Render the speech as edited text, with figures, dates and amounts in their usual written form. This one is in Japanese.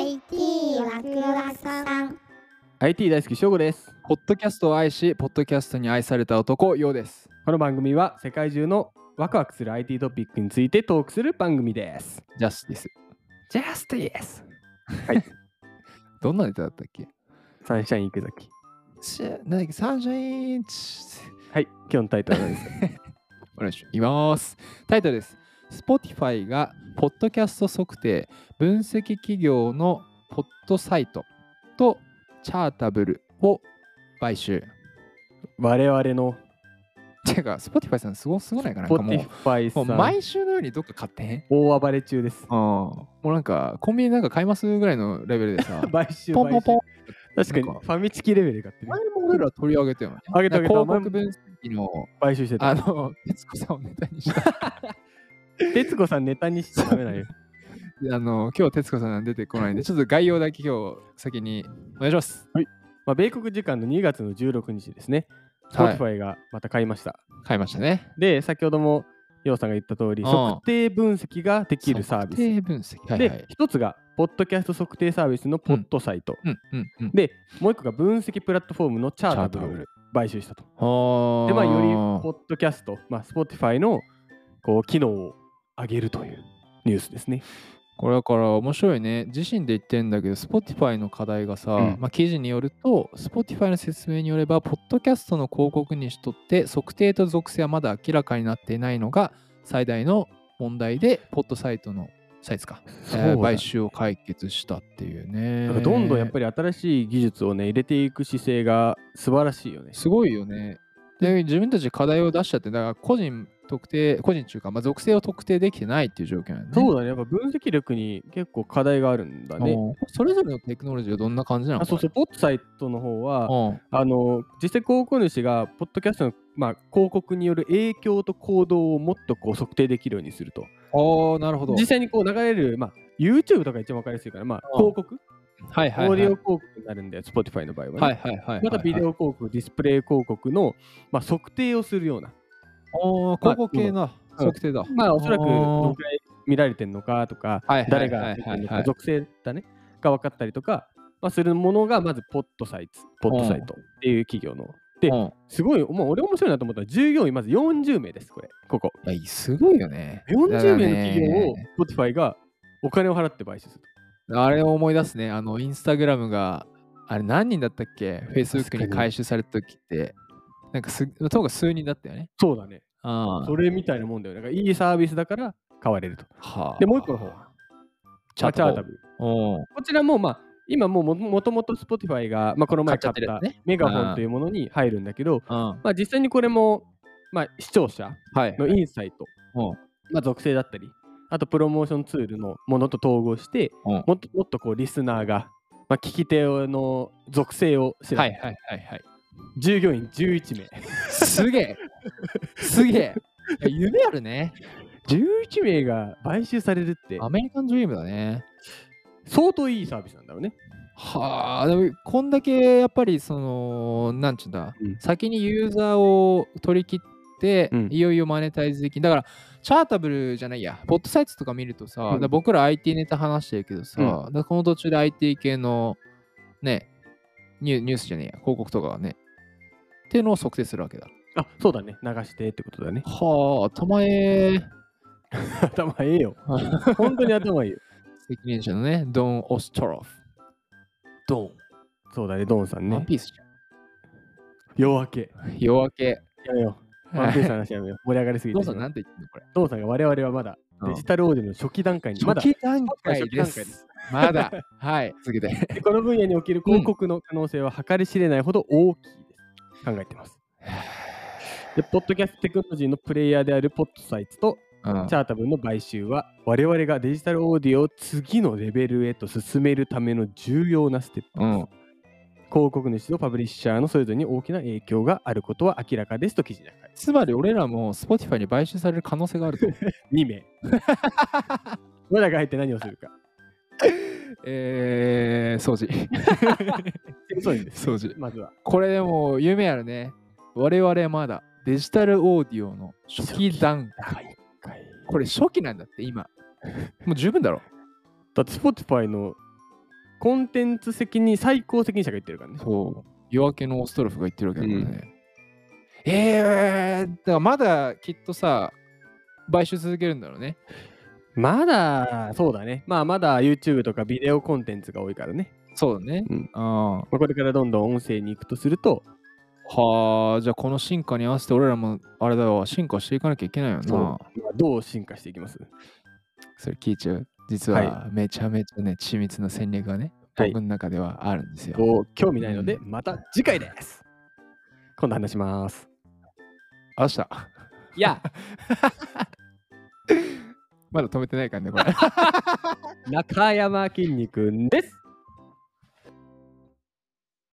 IT ワクワクさん。 IT 大好き翔吾です。 ポッドキャストを愛し、ポッドキャストに愛された男、ヨウです。 この番組は世界中のワクワクする IT トピックについてトークする番組です。 ジャスティス。 ジャスティス。 はい。どんなネタだったっけ？ サンシャイン池崎。 なんだっけ、サンシャイン。 はい、今日のタイトルはです。 お願いします。タイトルです。Spotify がポッドキャスト測定分析企業のポッドサイトとチャータブルを買収。 我々のてか、Spotify さんすごないかな。 Spotify さんもう毎週のようにどっか買ってへん？ 大暴れ中です。 もうなんかコンビニなんか買いますぐらいのレベルでさ買収ポンポンポン。 確かにファミチキレベルで買ってる。 前も俺ら取り上げてよね。 あげた広告分析の買収してた。 徹子さんをネタにした。 徹子さんネタにしちゃダメだよ。 今日徹子さん出てこないんで、ちょっと概要だけ今日先にお願いします。 はい。米国時間の2月の16日ですね。Spotify がまた買いました。 買いましたね。 で、先ほどもヨウさんが言った通り、測定分析ができるサービス。 測定分析。 で、一つが、ポッドキャスト測定サービスのポッドサイト。で、もう一個が分析プラットフォームのチャータブルを買収したと。で、よりポッドキャスト、Spotify の機能を上げるというニュースですね。 これだから面白いね。自身で言ってんだけど、Spotify の課題がさ、記事によると、Spotify の説明によれば、ポッドキャストの広告主とって測定と属性はまだ明らかになっていないのが最大の問題で、ポッドサイトのサイズか、買収を解決したっていうね。 だからどんどんやっぱり新しい技術をね、入れていく姿勢が素晴らしいよね。 すごいよね。で、自分たちで課題を出しちゃって、だから個人っていうか、属性を特定できてないっていう状況なんだね。 そうだね。やっぱ分析力に結構課題があるんだね。 それぞれのテクノロジーはどんな感じなの？ そう、ポッドサイトの方は、実際広告主がポッドキャストの、広告による影響と行動をもっと測定できるようにすると。 なるほど。 実際に流れる、YouTube とか一番分かりやすいから、広告。オーディオ広告になるんだよ、Spotify の場合はね。またビデオ広告、ディスプレイ広告の、測定をするような。 広告系な測定だ。 おそらくどのくらい見られてるのかとか、誰が見てるのか、属性だね、が分かったりとか、するものがまずポッドサイトっていう企業の。で、すごい、もう俺面白いなと思ったら、従業員まず40名です、ここ。 すごいよね。 40名の企業を Spotify がお金を払って買収する。 あれを思い出すね。インスタグラムが、あれ何人だったっけ？ Facebook に回収された時って、なんかともかく数人だったよね。 そうだね。それみたいなもんだよ。だからいいサービスだから買われると。で、もう一個の方。チャータブル。こちらも今もともと Spotify が、この前買ったメガホンというものに入るんだけど、実際にこれも、視聴者のインサイト、属性だったり、あとプロモーションツールのものと統合して、もっとリスナーが、聞き手の属性を知らない。従業員11名。 すげえ。夢あるね。 11名が買収されるって。 アメリカンドリームだね。 相当いいサービスなんだろうね。 でもこんだけやっぱりなんちゅうんだ、先にユーザーを取り切って、いよいよマネタイズできる。だからチャータブルじゃないや、ポッドサイトとか見るとさ、僕ら IT ネタ話してるけどさ、この途中で IT 系のね、ニュースじゃねえや、広告とかはね、っていうのを測定するわけだ。 そうだね。流してってことだね。 頭ええ。 頭ええよ。本当に頭いいよ。 責任者のね、ドン・オストロフ。ドン。 そうだね、ドンさんね。 ワンピースじゃん。 夜明け。やめよう。ワンピースの話やめよう。盛り上がりすぎて。 ドンさんなんて言ってんのこれ。 ドンさんが我々はまだデジタルオーディオの初期段階に。 初期段階です。まだ。はい、続けて。 この分野における広告の可能性は計り知れないほど大きいです。考えてます。で、ポッドキャストテクノロジーのプレイヤーであるポッドサイトとチャータブルの買収は我々がデジタルオーディオを次のレベルへと進めるための重要なステップです。広告主とパブリッシャーのそれぞれに大きな影響があることは明らかですと記事に書いてある。 つまり俺らも Spotify に買収される可能性があると。 2名。俺らが入って何をするか。 掃除。 掃除。まずは。 これでも夢あるね。我々はまだデジタルオーディオの初期段階。これ初期なんだって今。もう十分だろ。 だって Spotify のコンテンツ最高責任者が言ってるからね。 そう。夜明けのオストロフが言ってるわけだからね。だからまだきっとさ、買収続けるんだろうね。 まだ、そうだね。まだ YouTube とかビデオコンテンツが多いからね。 そうだね。 これからどんどん音声に行くとすると、 はあ、じゃあこの進化に合わせて俺らもあれだわ、進化していかなきゃいけないよな。 どう進化していきます？ それ聞いちゃう。実はめちゃめちゃね、緻密な戦略がね、僕の中ではあるんですよ。 興味ないので、また次回です。今度話します。 明日。 いやまだ止めてないからね、これ。 中山きんに君です。